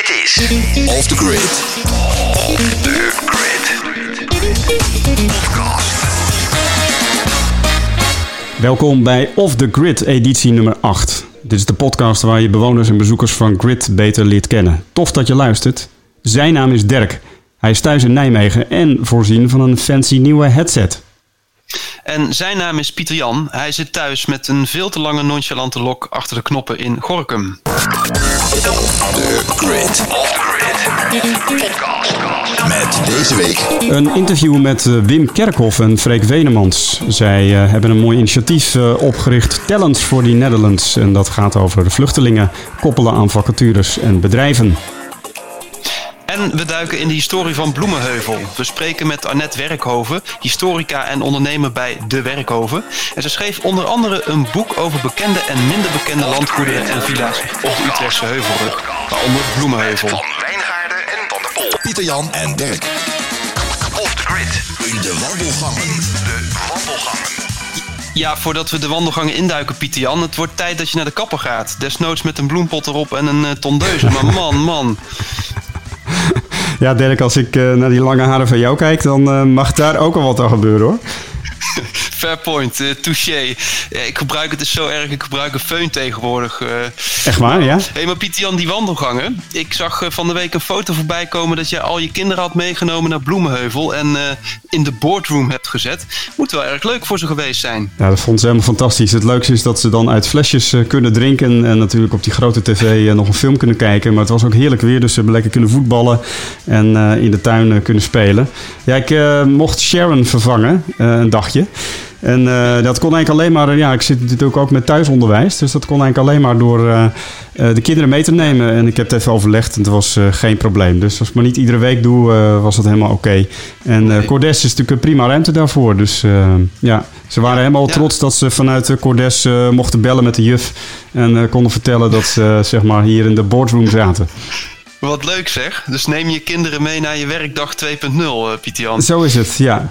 Dit is Off the Grid. Off the Grid. Podcast. Welkom bij Off the Grid, editie nummer 8. Dit is de podcast waar je bewoners en bezoekers van Grid beter leert kennen. Tof dat je luistert. Zijn naam is Dirk. Hij is thuis in Nijmegen en voorzien van een fancy nieuwe headset. En zijn naam is Pieter Jan. Hij zit thuis met een veel te lange nonchalante lok achter de knoppen in Gorinchem. The Grid. Off the Grid. Podcast. Met deze week Een interview met Wim Kerkhoff en Freek Venemans. Zij hebben een mooi initiatief opgericht, Talents for the Netherlands. En dat gaat over de vluchtelingen, koppelen aan vacatures en bedrijven. En we duiken in de historie van Bloemenheuvel. We spreken met Annette Werkhoven, historica en ondernemer bij De Werkhoven. En ze schreef onder andere een boek over bekende en minder bekende landgoederen en villa's op de Utrechtse Heuvelrug. Waaronder Bloemenheuvel. Van Wijngaarden en Van der Pol. Pieter Jan en Dirk. Off the Grid. In de wandelgangen. Ja, voordat we de wandelgangen induiken, Pieter Jan. Het wordt tijd dat je naar de kapper gaat. Desnoods met een bloempot erop en een tondeuze. Maar man. Ja, Dirk, als ik naar die lange haren van jou kijk, dan mag daar ook al wat aan gebeuren, hoor. Fair point, touché. Ja, ik gebruik het dus zo erg, ik gebruik een föhn tegenwoordig. Echt waar, ja? Hé, maar Pieter Jan, die wandelgangen. Ik zag van de week een foto voorbij komen dat je al je kinderen had meegenomen naar Bloemenheuvel en in de boardroom hebt gezet. Moet wel erg leuk voor ze geweest zijn. Ja, dat vond ze helemaal fantastisch. Het leukste is dat ze dan uit flesjes kunnen drinken en natuurlijk op die grote tv nog een film kunnen kijken. Maar het was ook heerlijk weer, dus ze hebben lekker kunnen voetballen en in de tuin kunnen spelen. Ja, ik mocht Sharon vervangen, een dagje. En dat kon eigenlijk alleen maar, ik zit natuurlijk ook met thuisonderwijs, dus dat kon eigenlijk alleen maar door de kinderen mee te nemen. En ik heb het even overlegd en het was geen probleem. Dus als ik maar niet iedere week doe, was dat helemaal oké. En Cordes is natuurlijk een prima ruimte daarvoor. Dus ze waren helemaal trots dat ze vanuit Cordes mochten bellen met de juf. En konden vertellen dat ze zeg maar hier in de boardroom zaten. Wat leuk zeg. Dus neem je kinderen mee naar je werkdag 2.0, Pieter Jan. Zo is het, ja.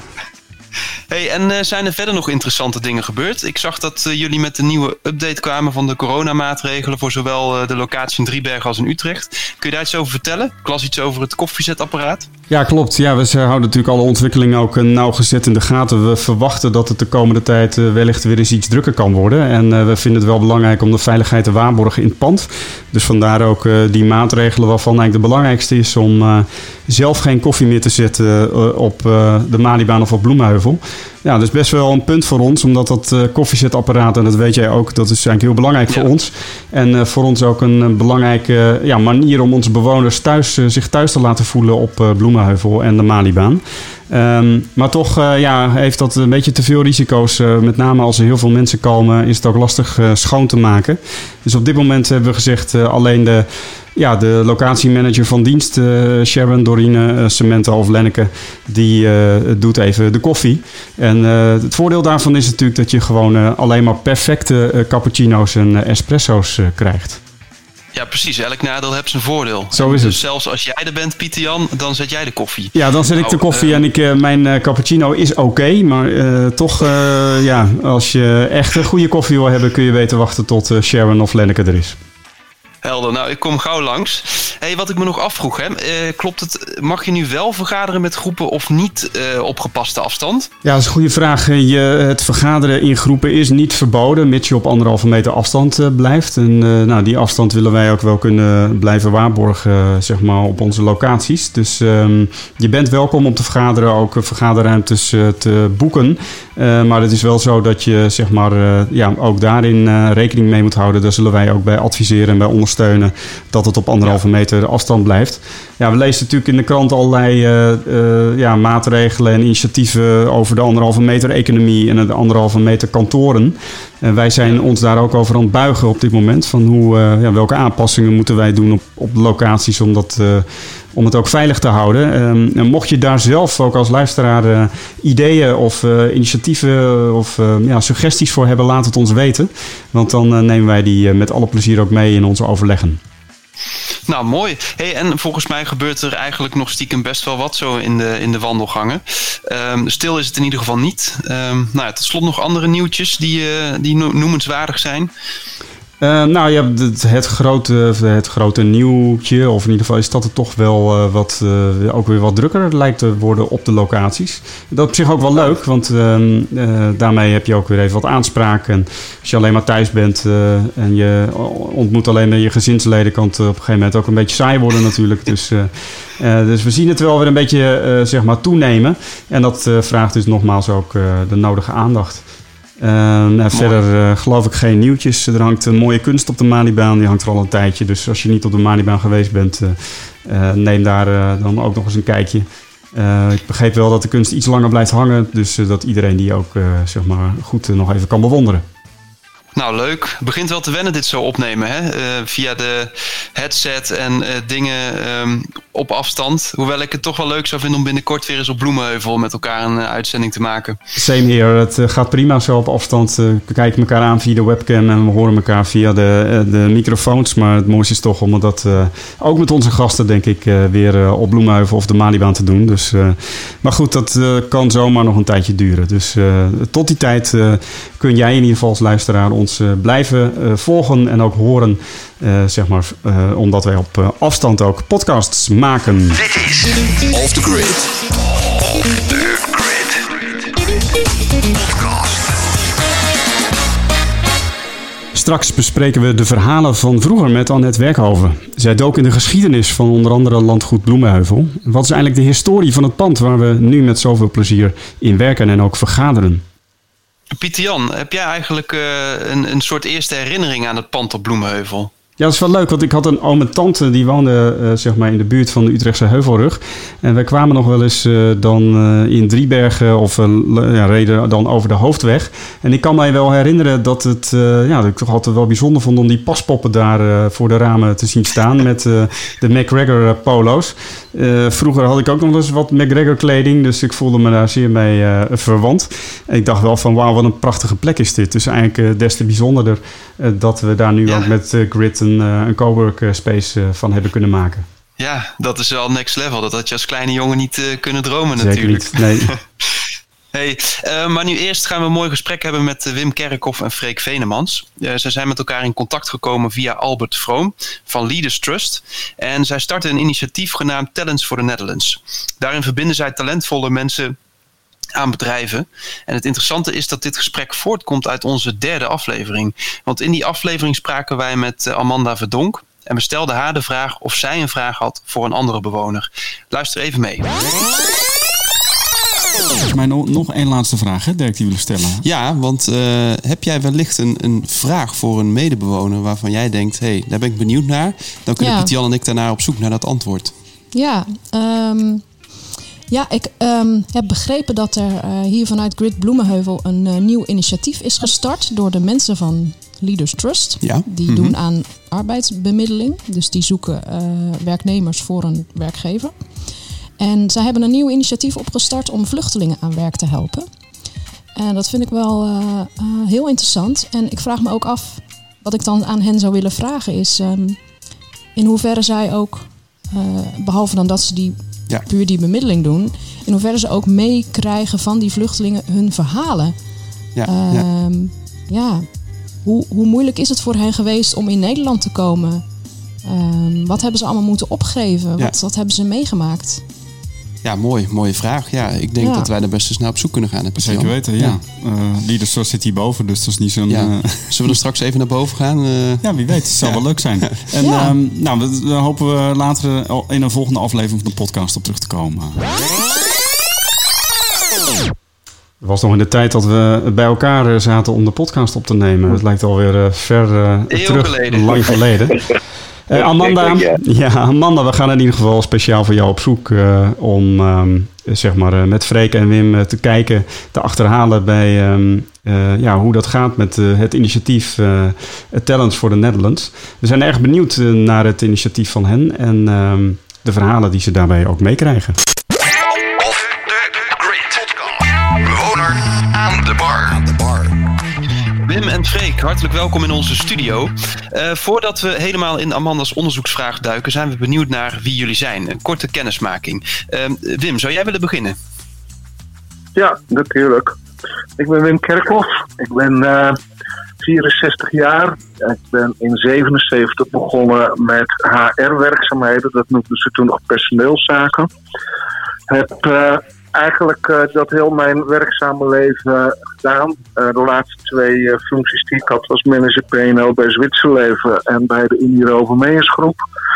Hey, en zijn er verder nog interessante dingen gebeurd? Ik zag dat jullie met een nieuwe update kwamen van de coronamaatregelen voor zowel de locatie in Driebergen als in Utrecht. Kun je daar iets over vertellen? Ik las iets over het koffiezetapparaat. Ja, klopt. Ja, we houden natuurlijk alle ontwikkelingen ook nauwgezet in de gaten. We verwachten dat het de komende tijd wellicht weer eens iets drukker kan worden. En we vinden het wel belangrijk om de veiligheid te waarborgen in het pand. Dus vandaar ook die maatregelen waarvan eigenlijk de belangrijkste is om zelf geen koffie meer te zetten op de Malibaan of op Bloemenheuvel. Ja, dat is best wel een punt voor ons, omdat dat koffiezetapparaat, en dat weet jij ook, dat is eigenlijk heel belangrijk voor ons. En voor ons ook een belangrijke manier om onze bewoners zich thuis te laten voelen op Bloemenheuvel en de Malibaan. Maar toch heeft dat een beetje te veel risico's. Met name als er heel veel mensen komen, is het ook lastig schoon te maken. Dus op dit moment hebben we gezegd alleen de locatiemanager van dienst, Sharon, Dorine, Samantha of Lenneke, die doet even de koffie. En het voordeel daarvan is natuurlijk dat je gewoon alleen maar perfecte cappuccino's en espresso's krijgt. Ja, precies. Elk nadeel heeft zijn voordeel. Zo is het. Dus zelfs als jij er bent, Pieter Jan, dan zet jij de koffie. Ja, dan zet ik de koffie en mijn cappuccino is oké. Maar toch, als je echt een goede koffie wil hebben, kun je weten wachten tot Sharon of Lenneke er is. Helder, nou ik kom gauw langs. Hey, wat ik me nog afvroeg, klopt het, mag je nu wel vergaderen met groepen of niet op gepaste afstand? Ja, dat is een goede vraag. Het vergaderen in groepen is niet verboden, mits je op 1,5 meter afstand blijft. En die afstand willen wij ook wel kunnen blijven waarborgen, zeg maar, op onze locaties. Dus je bent welkom om te vergaderen, ook vergaderruimtes te boeken. Maar het is wel zo dat je, zeg maar, ook daarin rekening mee moet houden. Daar zullen wij ook bij adviseren en bij ondersteunen dat het op 1,5 meter afstand blijft. Ja, we lezen natuurlijk in de krant allerlei maatregelen en initiatieven over de 1,5 meter economie en de 1,5 meter kantoren. En wij zijn ons daar ook over aan het buigen op dit moment. Van welke aanpassingen moeten wij doen op de locaties om het ook veilig te houden. En mocht je daar zelf ook als luisteraar ideeën of initiatieven of suggesties voor hebben, laat het ons weten. Want dan nemen wij die met alle plezier ook mee in onze overleggen. Nou, mooi. Hey, en volgens mij gebeurt er eigenlijk nog stiekem best wel wat zo in de wandelgangen. Stil is het in ieder geval niet. Tot slot nog andere nieuwtjes die noemenswaardig zijn. Nou ja, het grote nieuwtje, of in ieder geval is dat het toch wel ook weer wat drukker lijkt te worden op de locaties. Dat is op zich ook wel leuk, want daarmee heb je ook weer even wat aanspraak. En als je alleen maar thuis bent en je ontmoet alleen maar je gezinsleden, kan het op een gegeven moment ook een beetje saai worden natuurlijk. Dus we zien het wel weer een beetje zeg maar toenemen. En dat vraagt dus nogmaals ook de nodige aandacht. Verder geloof ik geen nieuwtjes. Er hangt een mooie kunst op de Malibaan. Die hangt er al een tijdje. Dus als je niet op de Malibaan geweest bent, neem daar dan ook nog eens een kijkje. Ik begreep wel dat de kunst iets langer blijft hangen. Dus dat iedereen die ook zeg maar goed nog even kan bewonderen. Nou, leuk. Begint wel te wennen dit zo opnemen, hè? Via de headset en dingen op afstand. Hoewel ik het toch wel leuk zou vinden om binnenkort weer eens op Bloemenheuvel met elkaar een uitzending te maken. Same here. Het gaat prima zo op afstand. We kijken elkaar aan via de webcam en we horen elkaar via de microfoons. Maar het mooiste is toch om dat ook met onze gasten, denk ik, weer op Bloemenheuvel of de Malibaan te doen. Dus, maar goed, dat kan zomaar nog een tijdje duren. Dus tot die tijd kun jij in ieder geval als luisteraar ons blijven volgen en ook horen, zeg maar, omdat wij op afstand ook podcasts maken. Dit is Off the Grid. Off the Grid. Podcast. Straks bespreken we de verhalen van vroeger met Annette Werkhoven. Zij dook in de geschiedenis van onder andere landgoed Bloemenheuvel. Wat is eigenlijk de historie van het pand waar we nu met zoveel plezier in werken en ook vergaderen? Pieter Jan, heb jij eigenlijk een soort eerste herinnering aan het pand op Bloemenheuvel? Ja, dat is wel leuk, want ik had een oom en tante die woonde zeg maar in de buurt van de Utrechtse Heuvelrug. En wij kwamen nog wel eens dan in Driebergen of reden dan over de Hoofdweg. En ik kan mij wel herinneren dat dat ik toch altijd wel bijzonder vond om die paspoppen daar voor de ramen te zien staan met de McGregor polo's. Vroeger had ik ook nog eens wat McGregor kleding, dus ik voelde me daar zeer mee verwant. En ik dacht wel van wauw, wat een prachtige plek is dit. Dus eigenlijk des te bijzonderder dat we daar nu ook met Grid een cowork space van hebben kunnen maken. Ja, dat is wel next level. Dat had je als kleine jongen niet kunnen dromen natuurlijk. Zeker niet, nee. Maar nu eerst gaan we een mooi gesprek hebben met Wim Kerkhoff en Freek Venemans. Ze zijn met elkaar in contact gekomen via Albert Vroom van Leaders Trust. En zij starten een initiatief genaamd Talents for the Netherlands. Daarin verbinden zij talentvolle mensen aan bedrijven. En het interessante is dat dit gesprek voortkomt uit onze 3e aflevering. Want in die aflevering spraken wij met Amanda Verdonk. En we stelden haar de vraag of zij een vraag had voor een andere bewoner. Luister even mee. Volgens mij nog één laatste vraag, hè, Dirk, die willen stellen. Ja, want heb jij wellicht een vraag voor een medebewoner waarvan jij denkt, hé, daar ben ik benieuwd naar. Dan kunnen Pieter Jan en ik daarna op zoek naar dat antwoord. Ja, ik heb begrepen dat er hier vanuit Grid Bloemenheuvel een nieuw initiatief is gestart door de mensen van Leaders Trust. Ja. Die doen aan arbeidsbemiddeling. Dus die zoeken werknemers voor een werkgever. En zij hebben een nieuw initiatief opgestart om vluchtelingen aan werk te helpen. En dat vind ik wel heel interessant. En ik vraag me ook af, wat ik dan aan hen zou willen vragen is in hoeverre zij ook, behalve dan dat ze puur die bemiddeling doen, in hoeverre ze ook meekrijgen van die vluchtelingen hun verhalen. Hoe moeilijk is het voor hen geweest om in Nederland te komen? Wat hebben ze allemaal moeten opgeven? Wat hebben ze meegemaakt? Ja, mooie vraag. Ja, ik denk dat wij er best eens naar op zoek kunnen gaan. Zeker weten, ja. Leaders Trust zit hierboven, dus dat is niet zo'n... Zullen we er straks even naar boven gaan? Ja, wie weet. Het zou wel leuk zijn. En dan hopen we later in een volgende aflevering van de podcast op terug te komen. Het was nog in de tijd dat we bij elkaar zaten om de podcast op te nemen. Het lijkt alweer ver terug, lang geleden. Amanda, we gaan in ieder geval speciaal voor jou op zoek om zeg maar, met Freek en Wim te kijken, te achterhalen bij hoe dat gaat met het initiatief Talents for the Netherlands. We zijn erg benieuwd naar het initiatief van hen en de verhalen die ze daarbij ook meekrijgen. Bewoner aan de bar. Wim en Freek, hartelijk welkom in onze studio. Voordat we helemaal in Amanda's onderzoeksvraag duiken, zijn we benieuwd naar wie jullie zijn. Een korte kennismaking. Wim, zou jij willen beginnen? Ja, natuurlijk. Ik ben Wim Kerkhoff. Ik ben 64 jaar. Ik ben in 77 begonnen met HR-werkzaamheden. Dat noemden ze toen nog personeelszaken. Heb eigenlijk dat heel mijn werkzame leven gedaan. De laatste 2 functies die ik had was manager P&O bij Zwitserleven en bij de Unirover Meyersgroep.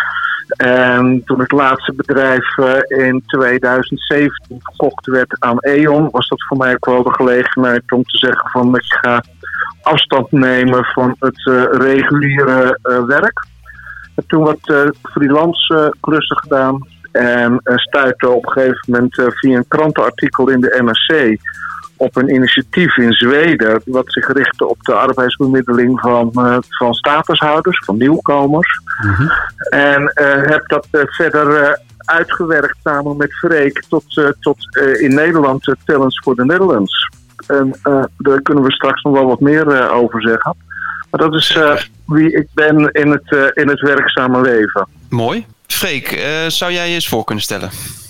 En toen het laatste bedrijf in 2017 verkocht werd aan E.ON, was dat voor mij ook wel de gelegenheid om te zeggen van ik ga afstand nemen van het reguliere werk. Ik heb toen wat freelance klussen gedaan en stuitte op een gegeven moment via een krantenartikel in de NRC op een initiatief in Zweden wat zich richtte op de arbeidsbemiddeling van statushouders, van nieuwkomers. Mm-hmm. En heb dat verder uitgewerkt samen met Freek tot in Nederland Talents for the Netherlands. En daar kunnen we straks nog wel wat meer over zeggen. Maar dat is wie ik ben in het werkzame leven. Mooi. Freek, zou jij je eens voor kunnen stellen?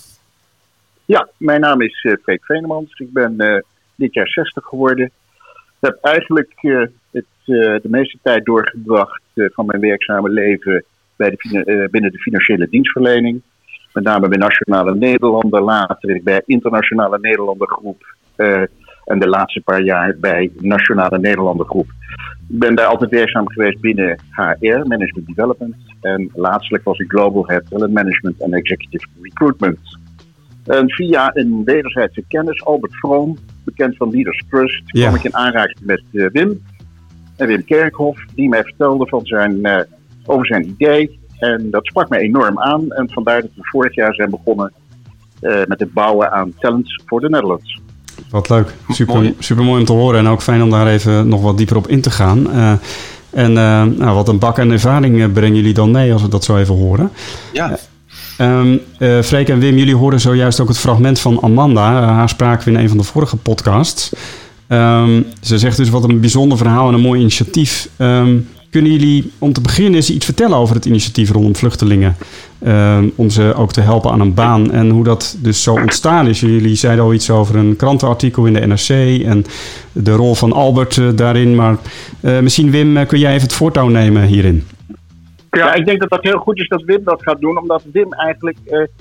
Ja, mijn naam is Freek Venemans. Ik ben dit jaar 60 geworden. Ik heb eigenlijk de meeste tijd doorgebracht van mijn werkzame leven binnen de financiële dienstverlening. Met name bij Nationale Nederlanden, later bij Internationale Nederlander Groep en de laatste paar jaar bij Nationale Nederlander Groep. Ik ben daar altijd werkzaam geweest binnen HR, Management Development. En laatstelijk was ik Global Head Talent Management en Executive Recruitment. En via een wederzijdse kennis, Albert Vroom, bekend van Leaders Trust, kwam ik in aanraking met Wim. En Wim Kerkhoff, die mij vertelde over zijn idee. En dat sprak mij enorm aan. En vandaar dat we vorig jaar zijn begonnen met het bouwen aan Talents for the Netherlands. Wat leuk. Super mooi om te horen. En ook fijn om daar even nog wat dieper op in te gaan. Wat een bak aan ervaring brengen jullie dan mee als we dat zo even horen. Ja. Freek en Wim, jullie horen zojuist ook het fragment van Amanda. Haar spraken we in een van de vorige podcasts. Ze zegt dus wat een bijzonder verhaal en een mooi initiatief. Kunnen jullie om te beginnen eens iets vertellen over het initiatief rondom vluchtelingen? Om ze ook te helpen aan een baan en hoe dat dus zo ontstaan is. Jullie zeiden al iets over een krantenartikel in de NRC en de rol van Albert daarin. Maar misschien Wim, kun jij even het voortouw nemen hierin? Ja, ik denk dat dat heel goed is dat Wim dat gaat doen. Omdat Wim eigenlijk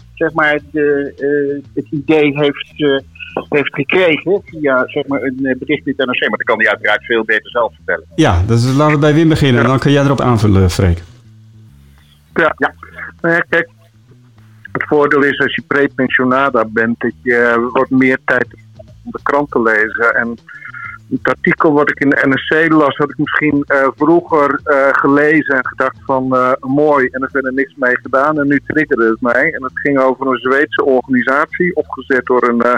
het idee heeft gekregen via een bericht in het NRC. Maar dat kan hij uiteraard veel beter zelf vertellen. Ja, dus laten we bij Wim beginnen. En dan kun jij erop aanvullen, Freek. Ja. Nou ja, kijk. Het voordeel is als je prepensionada bent dat je wat meer tijd hebt om de krant te lezen. En het artikel wat ik in de NRC las, had ik misschien vroeger gelezen en gedacht van mooi en er verder niks mee gedaan. En nu triggerde het mij. En het ging over een Zweedse organisatie, opgezet door een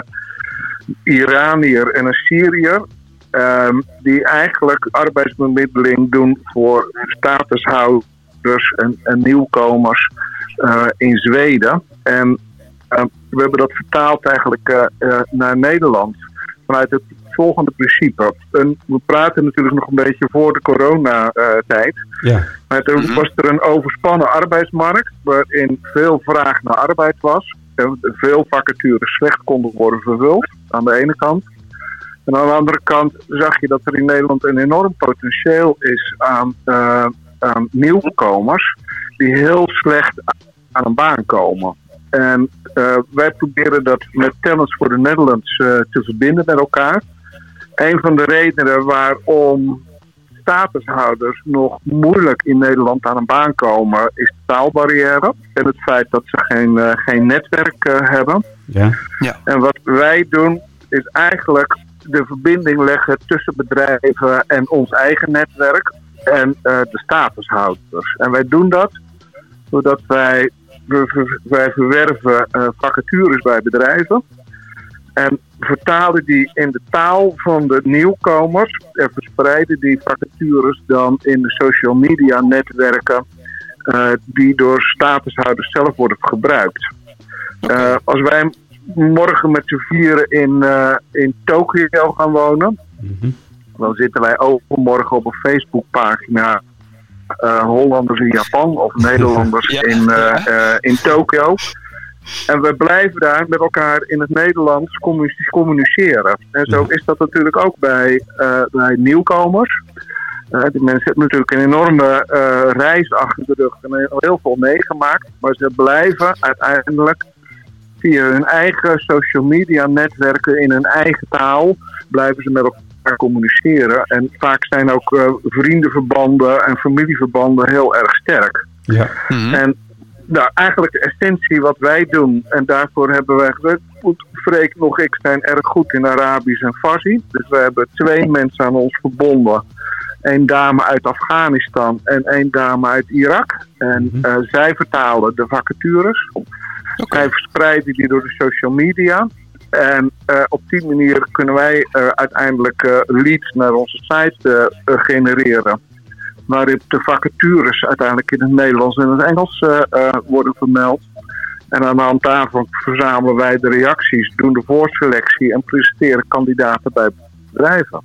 Iranier en een Syriër. Die eigenlijk arbeidsbemiddeling doen voor statushouders en nieuwkomers in Zweden. En we hebben dat vertaald eigenlijk naar Nederland vanuit het volgende principe. En we praten natuurlijk nog een beetje voor de coronatijd. Ja. Maar toen was er een overspannen arbeidsmarkt waarin veel vraag naar arbeid was. En veel vacatures slecht konden worden vervuld, aan de ene kant. En aan de andere kant zag je dat er in Nederland een enorm potentieel is aan nieuwkomers die heel slecht aan een baan komen. En wij proberen dat met Talents for the Netherlands te verbinden met elkaar. Een van de redenen waarom statushouders nog moeilijk in Nederland aan een baan komen is de taalbarrière en het feit dat ze geen netwerk hebben. Ja. Ja. En wat wij doen is eigenlijk de verbinding leggen tussen bedrijven en ons eigen netwerk en de statushouders. En wij doen dat doordat wij verwerven vacatures bij bedrijven en vertalen die in de taal van de nieuwkomers en verspreiden die vacatures dan in de social media netwerken die door statushouders zelf worden gebruikt. Als wij morgen met z'n vieren in Tokio gaan wonen, dan zitten wij overmorgen op een Facebookpagina Hollanders in Japan of Nederlanders in Tokio. En we blijven daar met elkaar in het Nederlands communiceren. En zo is dat natuurlijk ook bij nieuwkomers. Die mensen hebben natuurlijk een enorme reis achter de rug en heel veel meegemaakt. Maar ze blijven uiteindelijk via hun eigen social media netwerken in hun eigen taal blijven ze met elkaar communiceren. En vaak zijn ook vriendenverbanden en familieverbanden heel erg sterk. Ja. Mm-hmm. En nou, eigenlijk de essentie wat wij doen, en daarvoor hebben wij gezegd, Freek nog ik zijn erg goed in Arabisch en Farsi. Dus we hebben 2 mensen aan ons verbonden. 1 dame uit Afghanistan en 1 dame uit Irak. En zij vertalen de vacatures. Okay. Zij verspreiden die door de social media. En op die manier kunnen wij uiteindelijk leads naar onze site genereren. Waarop de vacatures uiteindelijk in het Nederlands en het Engels worden vermeld. En aan de hand daarvan verzamelen wij de reacties, doen de voorselectie en presenteren kandidaten bij bedrijven.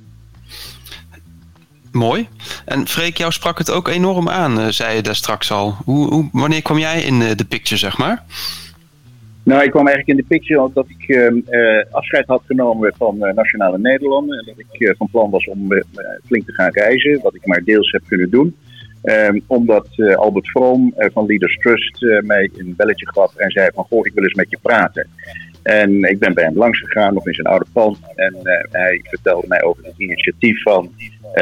Mooi. En Freek, jou sprak het ook enorm aan, zei je daar straks al. Wanneer kwam jij in de picture, zeg maar? Nou, ik kwam eigenlijk in de picture omdat ik afscheid had genomen van Nationale Nederlanden. En dat ik van plan was om flink te gaan reizen, wat ik maar deels heb kunnen doen. Omdat Albert Vroom van Leaders Trust mij een belletje gaf en zei van, goh, ik wil eens met je praten. En ik ben bij hem langs gegaan, nog in zijn oude pand. En hij vertelde mij over het initiatief van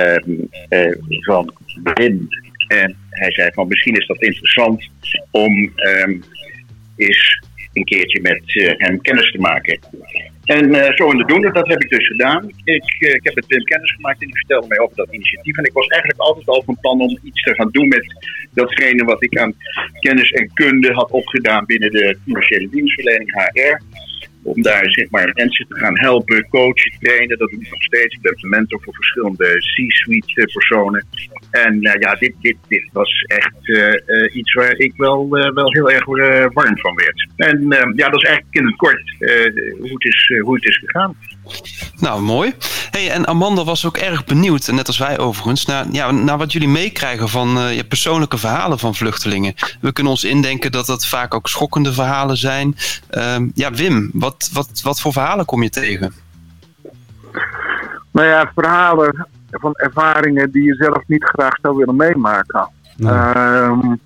Wim. En hij zei van, misschien is dat interessant om eens een keertje met hem kennis te maken. En zo in de doende, dat heb ik dus gedaan. Ik heb met Wim kennis gemaakt en die vertelde mij over dat initiatief. En ik was eigenlijk altijd al van plan om iets te gaan doen met datgene wat ik aan kennis en kunde had opgedaan binnen de financiële dienstverlening HR. Om daar zeg maar mensen te gaan helpen, coachen, trainen. Dat doe ik nog steeds. Ik ben de mentor voor verschillende C-suite personen. En dit was echt iets waar ik wel heel erg warm van werd. En dat is eigenlijk in het kort hoe het is gegaan. Nou, mooi. Hey, en Amanda was ook erg benieuwd, net als wij overigens, naar wat jullie meekrijgen van persoonlijke verhalen van vluchtelingen. We kunnen ons indenken dat dat vaak ook schokkende verhalen zijn. Wim, wat voor verhalen kom je tegen? Nou ja, verhalen van ervaringen die je zelf niet graag zou willen meemaken. Nee.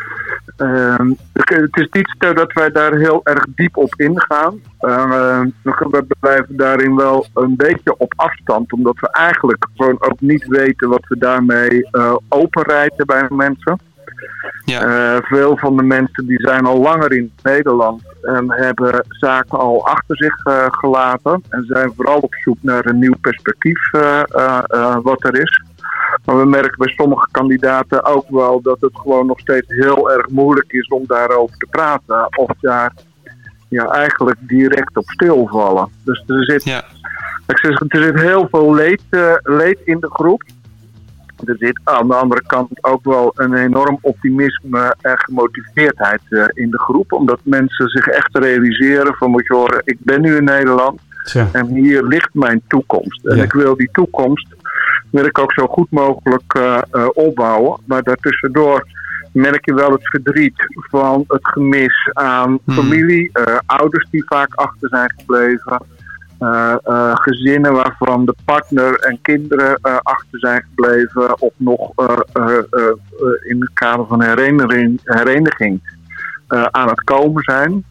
Het is niet zo dat wij daar heel erg diep op ingaan. We blijven daarin wel een beetje op afstand, omdat we eigenlijk gewoon ook niet weten wat we daarmee openrijden bij mensen. Ja. Veel van de mensen die zijn al langer in Nederland en hebben zaken al achter zich gelaten en zijn vooral op zoek naar een nieuw perspectief wat er is. Maar we merken bij sommige kandidaten ook wel dat het gewoon nog steeds heel erg moeilijk is om daarover te praten. Of daar eigenlijk direct op stilvallen. Dus er zit heel veel leed in de groep. Er zit aan de andere kant ook wel een enorm optimisme en gemotiveerdheid in de groep. Omdat mensen zich echt realiseren van, moet je horen, ik ben nu in Nederland. Ja. En hier ligt mijn toekomst. En ik wil die toekomst wil ik ook zo goed mogelijk opbouwen. Maar daartussendoor merk je wel het verdriet van het gemis aan familie. Ouders die vaak achter zijn gebleven. Gezinnen waarvan de partner en kinderen achter zijn gebleven. Of nog in het kader van hereniging aan het komen zijn.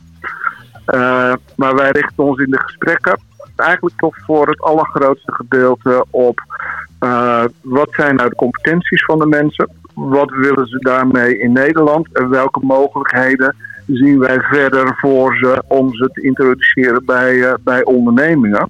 Maar wij richten ons in de gesprekken eigenlijk toch voor het allergrootste gedeelte op wat zijn nou de competenties van de mensen, wat willen ze daarmee in Nederland en welke mogelijkheden zien wij verder voor ze om ze te introduceren bij ondernemingen.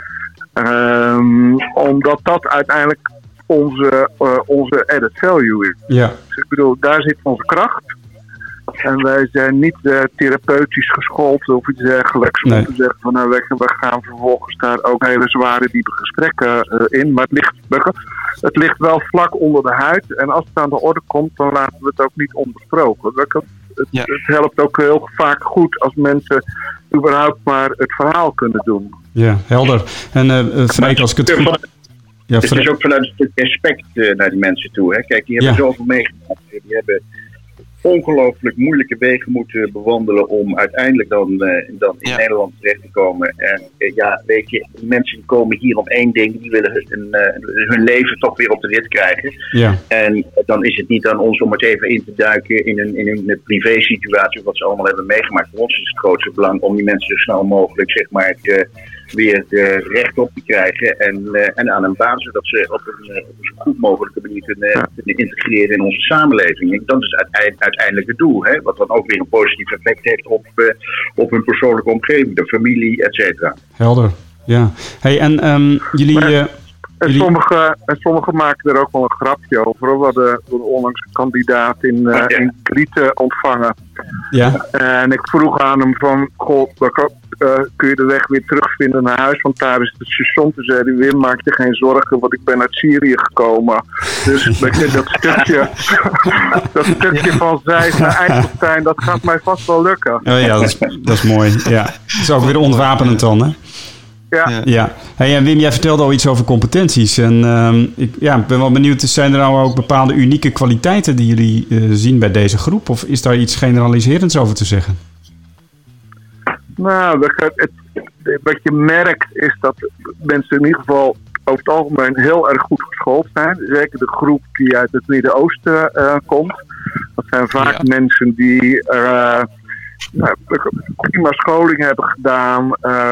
Omdat dat uiteindelijk onze added value is. Ja. Dus ik bedoel, daar zit onze kracht. En wij zijn niet therapeutisch geschoold of iets dergelijks. Om te zeggen van we gaan vervolgens daar ook hele zware diepe gesprekken in. Maar het ligt wel vlak onder de huid. En als het aan de orde komt, dan laten we het ook niet onbesproken. Het helpt ook heel vaak goed als mensen überhaupt maar het verhaal kunnen doen. Ja, helder. En Freek, als ik het goed... Het is ook vanuit een stuk respect naar die mensen toe. Hè? Kijk, die hebben zoveel meegemaakt. Die hebben ongelooflijk moeilijke wegen moeten bewandelen om uiteindelijk dan in Nederland terecht te komen. En weet je, mensen komen hier om één ding, die willen hun leven toch weer op de rit krijgen. Ja. En dan is het niet aan ons om het even in te duiken in een privé situatie, wat ze allemaal hebben meegemaakt. Voor ons is het grootste belang om die mensen zo snel mogelijk, zeg maar, weer recht op te krijgen en aan een baan, zodat ze op een zo goed mogelijke manier kunnen integreren in onze samenleving. En dat is uiteindelijk het doel, hè? Wat dan ook weer een positief effect heeft op hun persoonlijke omgeving, de familie, et cetera. Helder, ja. Hey, en jullie... Sommigen maken er ook wel een grapje over. We hadden onlangs een kandidaat in Krieten ontvangen. Ja. En ik vroeg aan hem van, kun je de weg weer terugvinden naar huis? Want daar is het station. Toen zei hij, Wim, maak je geen zorgen, want ik ben uit Syrië gekomen. Dus dat stukje van Zeist naar IJsselstein, dat gaat mij vast wel lukken. Oh ja, dat is mooi. Ja. Dat is ook weer ontwapenend dan, hè? Ja. Hey, en Wim, jij vertelde al iets over competenties. En ik ben wel benieuwd, zijn er nou ook bepaalde unieke kwaliteiten die jullie zien bij deze groep? Of is daar iets generaliserends over te zeggen? Nou, wat je merkt is dat mensen in ieder geval over het algemeen heel erg goed geschoold zijn. Zeker de groep die uit het Midden-Oosten komt. Dat zijn vaak mensen die prima scholing hebben gedaan,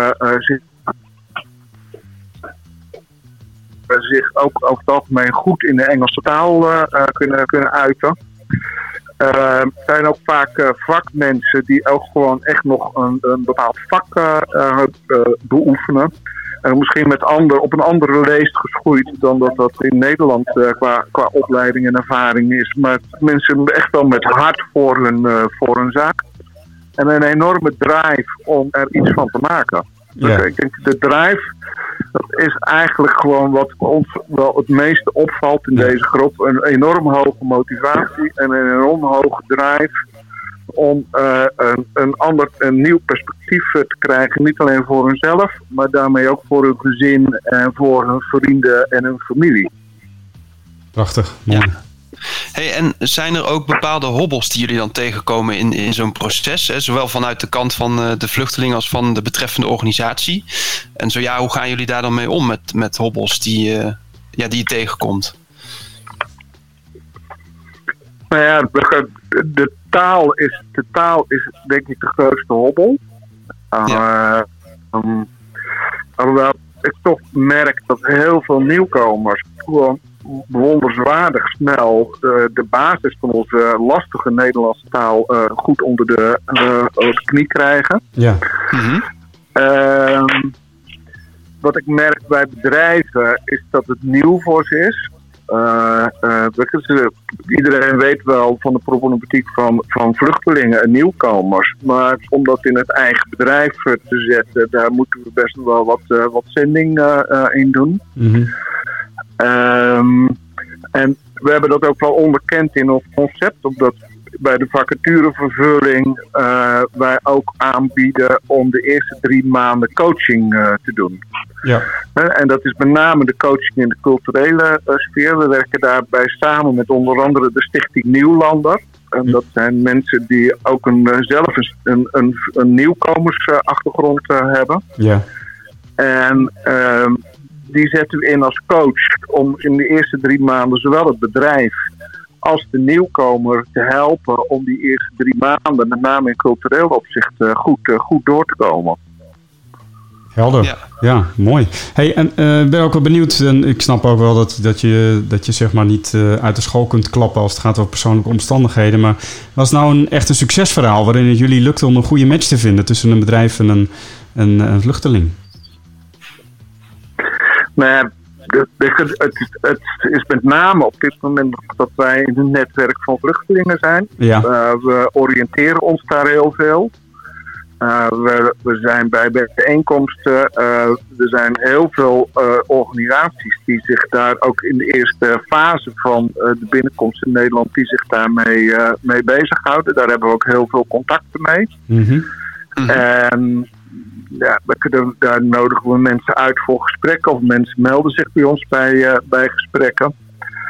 zich ook over het algemeen goed in de Engelse taal kunnen uiten. Er zijn ook vaak vakmensen die ook gewoon echt nog een bepaald vak beoefenen. Misschien op een andere leest geschoeid dan dat in Nederland qua opleiding en ervaring is. Maar mensen echt wel met hart voor hun zaak. En een enorme drive om er iets van te maken. Dus ik denk de drive, dat is eigenlijk gewoon wat ons wel het meeste opvalt in deze groep. Een enorm hoge motivatie en een enorm hoge drive om een nieuw perspectief te krijgen. Niet alleen voor hunzelf, maar daarmee ook voor hun gezin en voor hun vrienden en hun familie. Prachtig, mooi. Ja. Hey, en zijn er ook bepaalde hobbels die jullie dan tegenkomen in zo'n proces? Hè? Zowel vanuit de kant van de vluchteling als van de betreffende organisatie. En zo ja, hoe gaan jullie daar dan mee om met hobbels die je tegenkomt? Nou ja, de taal is denk ik de grootste hobbel. Alhoewel ik toch merk dat heel veel nieuwkomers gewoon bewonderenswaardig snel de basis van onze lastige Nederlandse taal goed onder de knie krijgen. Ja. Mm-hmm. Wat ik merk bij bedrijven is dat het nieuw voor ze is. Iedereen weet wel van de problematiek van vluchtelingen en nieuwkomers. Maar om dat in het eigen bedrijf te zetten, daar moeten we best wel wat zending in doen. Mm-hmm. En we hebben dat ook wel onderkend in ons concept, omdat bij de vacaturevervulling wij ook aanbieden om de eerste 3 maanden coaching te doen. Ja. En dat is met name de coaching in de culturele sfeer. We werken daarbij samen met onder andere de Stichting Nieuwlander. En dat zijn mensen die ook zelf een nieuwkomersachtergrond hebben. Ja. En die zetten we in als coach om in de eerste 3 maanden zowel het bedrijf als de nieuwkomer te helpen om die eerste 3 maanden, met name in cultureel opzicht, goed door te komen. Helder, ja mooi. Hey, en ben ook wel benieuwd, en ik snap ook wel dat je zeg maar niet uit de school kunt klappen als het gaat over persoonlijke omstandigheden, maar was nou echt een succesverhaal waarin het jullie lukte om een goede match te vinden tussen een bedrijf en een vluchteling? Nou, het is met name op dit moment dat wij in een netwerk van vluchtelingen zijn. Ja. We oriënteren ons daar heel veel. We zijn bij bijeenkomsten. Er zijn heel veel organisaties die zich daar ook in de eerste fase van de binnenkomst in Nederland, die zich daarmee mee bezighouden. Daar hebben we ook heel veel contacten mee. Mm-hmm. En ja, daar nodigen we mensen uit voor gesprekken of mensen melden zich bij ons bij gesprekken.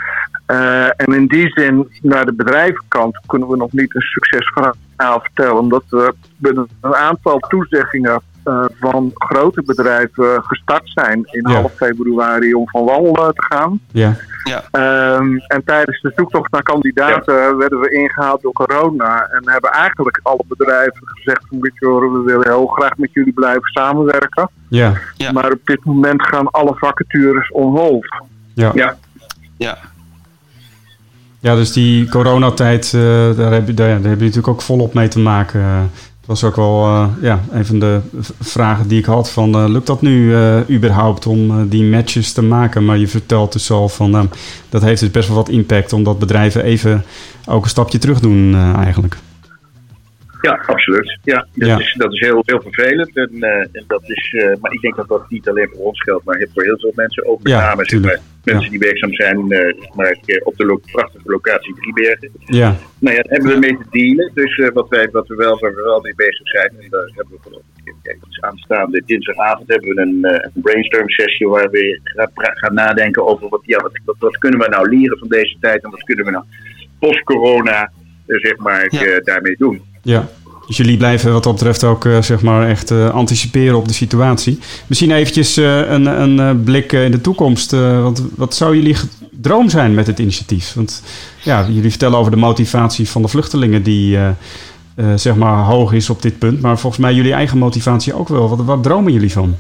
En in die zin, naar de bedrijvenkant kunnen we nog niet een succesverhaal vertellen. Omdat we met een aantal toezeggingen van grote bedrijven gestart zijn in half februari om van wal te gaan. Ja. Ja. En tijdens de zoektocht naar kandidaten werden we ingehaald door corona. En hebben eigenlijk alle bedrijven gezegd van we willen heel graag met jullie blijven samenwerken. Ja. Ja. Maar op dit moment gaan alle vacatures on hold. Ja. Ja. Ja. Ja, dus die coronatijd, daar heb je natuurlijk ook volop mee te maken. Dat was ook wel een van de vragen die ik had van lukt dat nu überhaupt om die matches te maken? Maar je vertelt dus al van dat heeft dus best wel wat impact omdat bedrijven even ook een stapje terug doen eigenlijk. Ja, absoluut. Ja, dat is heel, heel vervelend. En dat is, maar ik denk dat dat niet alleen voor ons geldt, maar voor heel veel mensen. Ook met name mensen die werkzaam zijn op de prachtige locatie Driebergen. Ja. Nou ja, daar hebben we mee te dealen. Dus waar we wel mee bezig zijn. En daar hebben we geloof ik aanstaande dinsdagavond hebben we een brainstorm sessie waar we gaan nadenken over wat kunnen we nou leren van deze tijd en wat kunnen we nou post-corona daarmee doen. Ja, dus jullie blijven wat dat betreft ook echt anticiperen op de situatie. Misschien eventjes een blik in de toekomst. Wat zou jullie droom zijn met het initiatief? Want jullie vertellen over de motivatie van de vluchtelingen die hoog is op dit punt. Maar volgens mij jullie eigen motivatie ook wel. Wat dromen jullie van?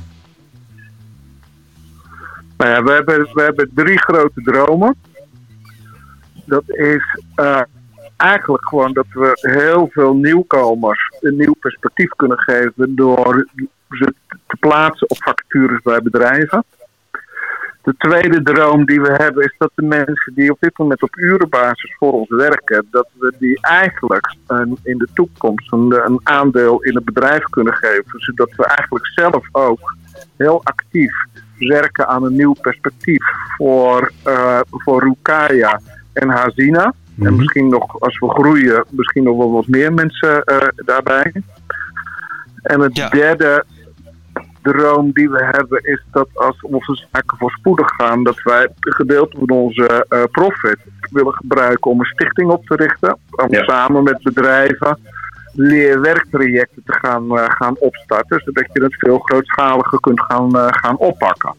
Nou ja, we hebben 3 grote dromen. Dat is eigenlijk gewoon dat we heel veel nieuwkomers een nieuw perspectief kunnen geven door ze te plaatsen op vacatures bij bedrijven. De tweede droom die we hebben is dat de mensen die op dit moment op urenbasis voor ons werken, dat we die eigenlijk in de toekomst een aandeel in het bedrijf kunnen geven. Zodat we eigenlijk zelf ook heel actief werken aan een nieuw perspectief voor Roukaya en Hazina. En misschien nog, als we groeien, misschien nog wel wat meer mensen daarbij. En het derde droom die we hebben is dat als onze zaken voorspoedig gaan, dat wij een gedeelte van onze profit willen gebruiken om een stichting op te richten. Om samen met bedrijven leerwerktrajecten te gaan opstarten, zodat je het veel grootschaliger kunt gaan oppakken.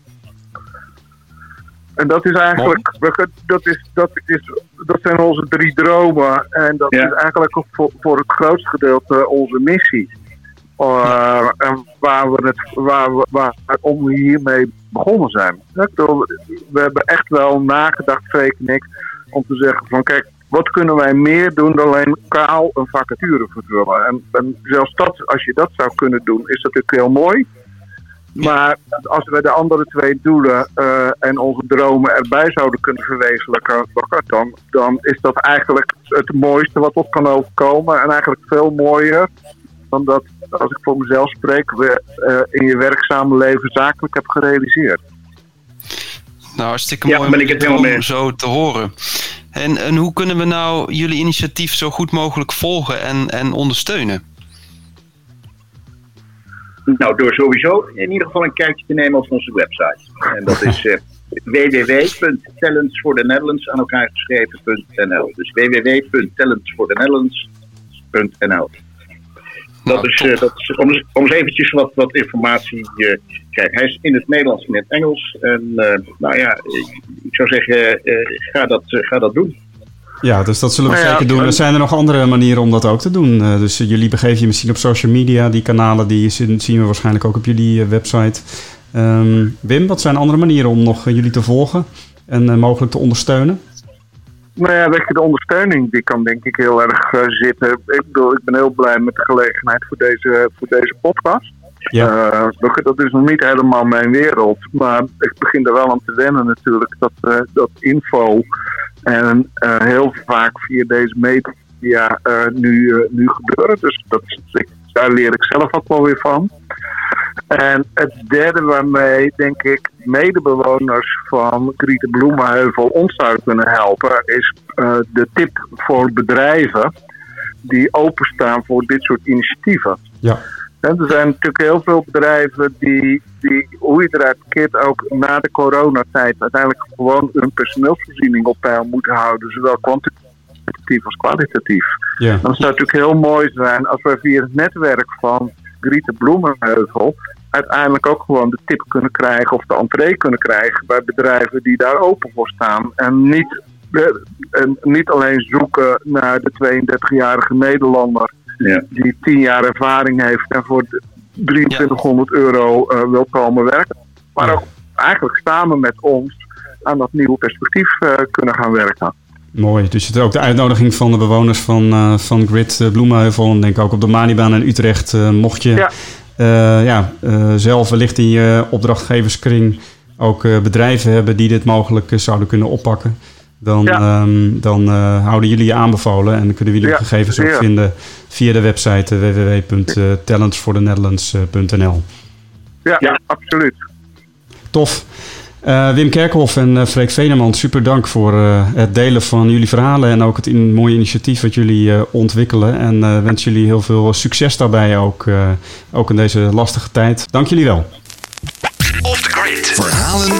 En dat is eigenlijk, dat zijn onze 3 dromen. En dat is eigenlijk ook voor het grootste gedeelte onze missie. En waarom we hiermee begonnen zijn. We hebben echt wel nagedacht, Freek en ik, om te zeggen van kijk, wat kunnen wij meer doen dan alleen kaal een vacature vervullen. En zelfs dat, als je dat zou kunnen doen, is dat natuurlijk heel mooi. Maar als we de andere 2 doelen en onze dromen erbij zouden kunnen verwezenlijken, dan is dat eigenlijk het mooiste wat op kan overkomen. En eigenlijk veel mooier dan dat, als ik voor mezelf spreek, we in je werkzame leven zakelijk hebt gerealiseerd. Nou, hartstikke mooi om zo te horen. En hoe kunnen we nou jullie initiatief zo goed mogelijk volgen en ondersteunen? Nou, door sowieso in ieder geval een kijkje te nemen op onze website. En dat is www.talentsforthenetherlands aan elkaar geschreven.nl. Dus www.talentsforthenetherlands.nl. Dat is om eens eventjes wat informatie te krijgen. Hij is in het Nederlands en in het Engels. En ik zou zeggen, ga dat doen. Ja, dus dat zullen we zeker doen. Er zijn er nog andere manieren om dat ook te doen. Dus jullie begeven je misschien op social media. Die kanalen die zien we waarschijnlijk ook op jullie website. Wim, wat zijn andere manieren om nog jullie te volgen en mogelijk te ondersteunen? Nou ja, de ondersteuning die kan denk ik heel erg zitten. Ik ben heel blij met de gelegenheid voor deze podcast. Ja. Dat is nog niet helemaal mijn wereld. Maar ik begin er wel aan te wennen natuurlijk dat info en heel vaak via deze media nu gebeuren. Dus daar leer ik zelf ook wel weer van. En het derde waarmee, denk ik, medebewoners van Grieten Bloemenheuvel ons zou kunnen helpen, is de tip voor bedrijven die openstaan voor dit soort initiatieven. Ja. En er zijn natuurlijk heel veel bedrijven die hoe je eruit keert, ook na de coronatijd uiteindelijk gewoon hun personeelsvoorziening op peil moeten houden. Zowel kwantitatief als kwalitatief. Ja. Dan zou het natuurlijk heel mooi zijn als we via het netwerk van Grieten Bloemenheuvel uiteindelijk ook gewoon de tip kunnen krijgen of de entree kunnen krijgen bij bedrijven die daar open voor staan. En niet alleen zoeken naar de 32-jarige Nederlander die 10 jaar ervaring heeft en voor €2300 wil komen werken. Maar ook eigenlijk samen met ons aan dat nieuwe perspectief kunnen gaan werken. Mooi. Dus je hebt ook de uitnodiging van de bewoners van Grit Bloemenheuvel. En denk ook op de Manibaan in Utrecht. Mocht je zelf wellicht in je opdrachtgeverskring ook bedrijven hebben die dit mogelijk zouden kunnen oppakken. Dan houden jullie je aanbevolen en dan kunnen jullie de gegevens ook vinden via de website www.talentsforthenetherlands.nl. Ja, absoluut. Tof. Wim Kerkhoff en Freek Veneman, super dank voor het delen van jullie verhalen en ook het mooie initiatief wat jullie ontwikkelen. En wens jullie heel veel succes daarbij ook in deze lastige tijd. Dank jullie wel. Off the grid. Verhalen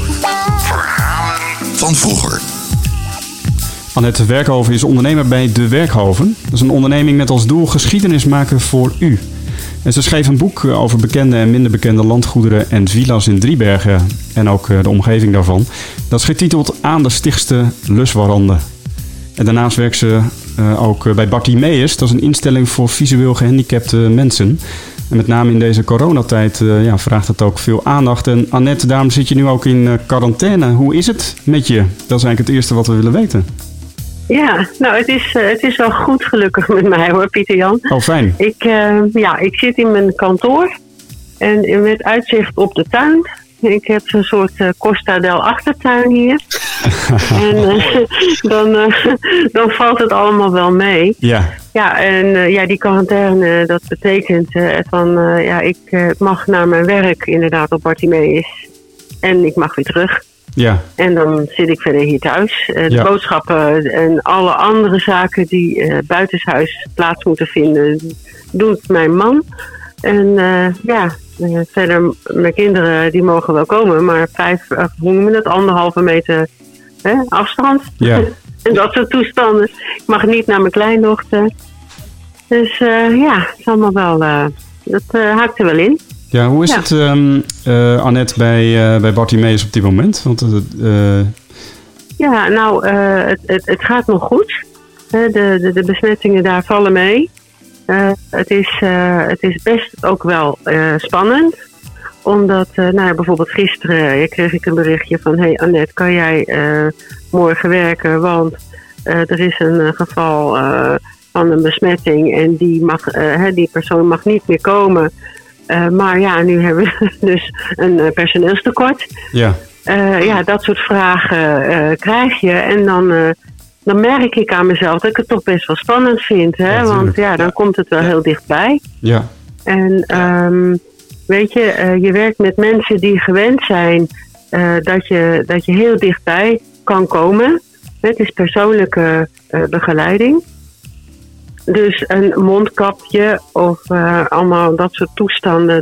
van vroeger. Annette Werkhoven is ondernemer bij De Werkhoven. Dat is een onderneming met als doel geschiedenis maken voor u. En ze schreef een boek over bekende en minder bekende landgoederen en villa's in Driebergen. En ook de omgeving daarvan. Dat is getiteld Aan de Stichtste Luswarande. En daarnaast werkt ze ook bij Bartimeus. Dat is een instelling voor visueel gehandicapte mensen. En met name in deze coronatijd vraagt het ook veel aandacht. En Annette, daarom zit je nu ook in quarantaine. Hoe is het met je? Dat is eigenlijk het eerste wat we willen weten. Ja, nou het is wel goed gelukkig met mij hoor, Pieter-Jan. Oh, fijn. Ik zit in mijn kantoor en met uitzicht op de tuin. Ik heb zo'n soort Costa del achtertuin hier. En dan valt het allemaal wel mee. Ja. Ja, en die quarantaine, dat betekent ik mag naar mijn werk inderdaad op Bartimeus. En ik mag weer terug. Ja. En dan zit ik verder hier thuis. De boodschappen en alle andere zaken die buitenshuis plaats moeten vinden, doet mijn man. En verder, mijn kinderen die mogen wel komen, maar 1,5 meter afstand. Ja. En dat soort toestanden. Ik mag niet naar mijn kleindochter. Dus het is allemaal wel, dat haakt er wel in. Ja, hoe is het, Annette, bij Bartimeus op dit moment? Want, het gaat nog goed. De besmettingen daar vallen mee. Het is best ook wel spannend. Omdat, bijvoorbeeld gisteren kreeg ik een berichtje van... Hey Annette, kan jij morgen werken? Want er is een geval van een besmetting en die persoon mag niet meer komen... maar nu hebben we dus een personeelstekort. Ja. Dat soort vragen krijg je. En dan merk ik aan mezelf dat ik het toch best wel spannend vind. Hè? Ja, want dan komt het wel heel dichtbij. Ja. En je werkt met mensen die gewend zijn dat je heel dichtbij kan komen. Het is persoonlijke begeleiding. Dus een mondkapje of allemaal dat soort toestanden,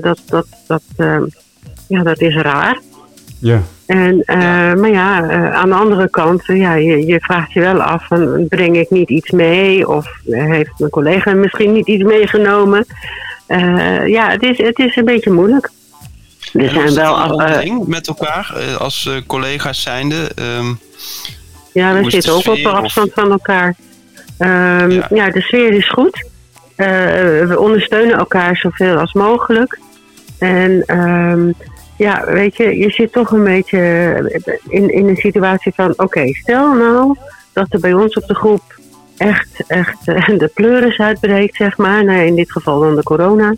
dat is raar. Ja. En, aan de andere kant, je vraagt je wel af, van, breng ik niet iets mee? Of heeft mijn collega misschien niet iets meegenomen? Het is een beetje moeilijk. Er zijn wel met elkaar, als collega's zijnde. We zitten ook op afstand van elkaar. De sfeer is goed. We ondersteunen elkaar zoveel als mogelijk. En je zit toch een beetje in een situatie van... Oké, stel nou dat er bij ons op de groep echt de pleuris uitbreekt, zeg maar. Nou, in dit geval dan de corona.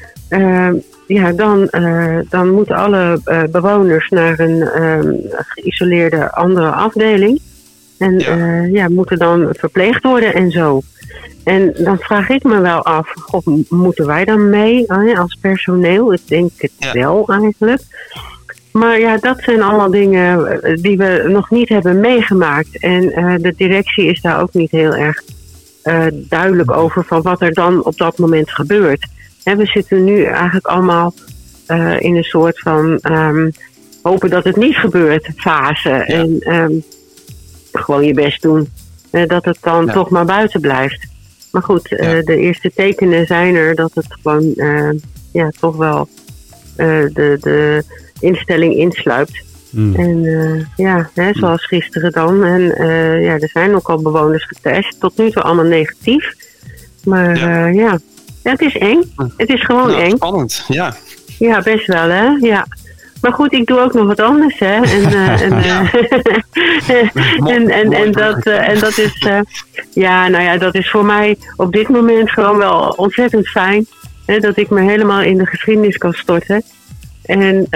Dan moeten alle bewoners naar een geïsoleerde andere afdeling. En moeten dan verpleegd worden en zo. En dan vraag ik me wel af, moeten wij dan mee als personeel? Ik denk het wel eigenlijk. Maar dat zijn allemaal dingen die we nog niet hebben meegemaakt. En de directie is daar ook niet heel erg duidelijk over van wat er dan op dat moment gebeurt. We zitten nu eigenlijk allemaal in een soort van hopen dat het niet gebeurt fase. Ja. En gewoon je best doen. Dat het dan toch maar buiten blijft. Maar goed, de eerste tekenen zijn er dat het gewoon toch wel de instelling insluipt. En zoals gisteren dan. En er zijn ook al bewoners getest. Tot nu toe allemaal negatief. Maar het is eng. Het is gewoon eng. Spannend, ja. Ja, best wel, hè. Ja. Maar goed, ik doe ook nog wat anders, hè. En dat is... dat is voor mij op dit moment gewoon wel ontzettend fijn. Hè, dat ik me helemaal in de geschiedenis kan storten. En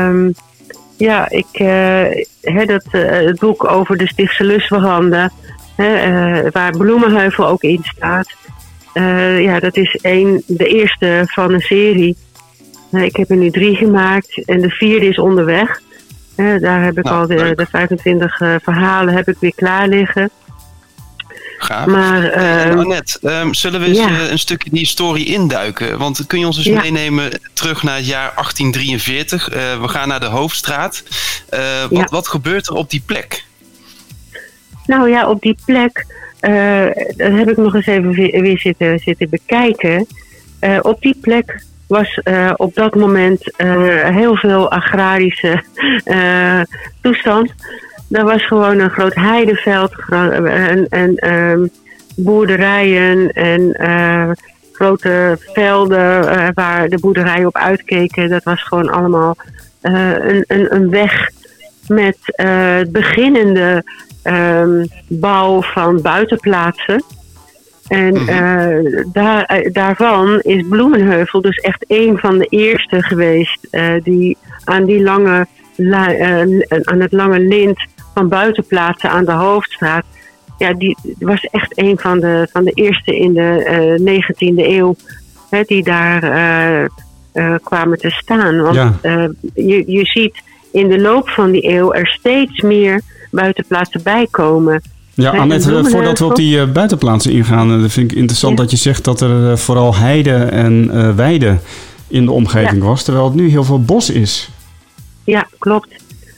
het boek over de Stichtse Lustverhanden, waar Bloemenheuvel ook in staat. Dat is de eerste van een serie. Ik heb er nu 3 gemaakt en de 4e is onderweg. Daar heb ik al de 25 verhalen heb ik weer klaar liggen. Gaaf. Maar, Annette, zullen we eens een stukje die historie induiken? Want kun je ons eens meenemen terug naar het jaar 1843? We gaan naar de Hoofdstraat. Wat gebeurt er op die plek? Nou ja, op die plek, dat heb ik nog eens even weer zitten bekijken. Op die plek was op dat moment heel veel agrarische toestand. Er was gewoon een groot heideveld en boerderijen en grote velden waar de boerderijen op uitkeken. Dat was gewoon allemaal een weg met beginnende bouw van buitenplaatsen. En daarvan is Bloemenheuvel dus echt een van de eerste geweest die aan die aan het lange lint van buitenplaatsen aan de Hoofdstraat. Ja, die was echt een van de eerste in de 19e eeuw die daar kwamen te staan. Want je ziet in de loop van die eeuw er steeds meer buitenplaatsen bijkomen. Ja, Annette, voordat we op die buitenplaatsen ingaan, vind ik interessant dat je zegt dat er vooral heide en weide in de omgeving was, terwijl het nu heel veel bos is. Ja, klopt.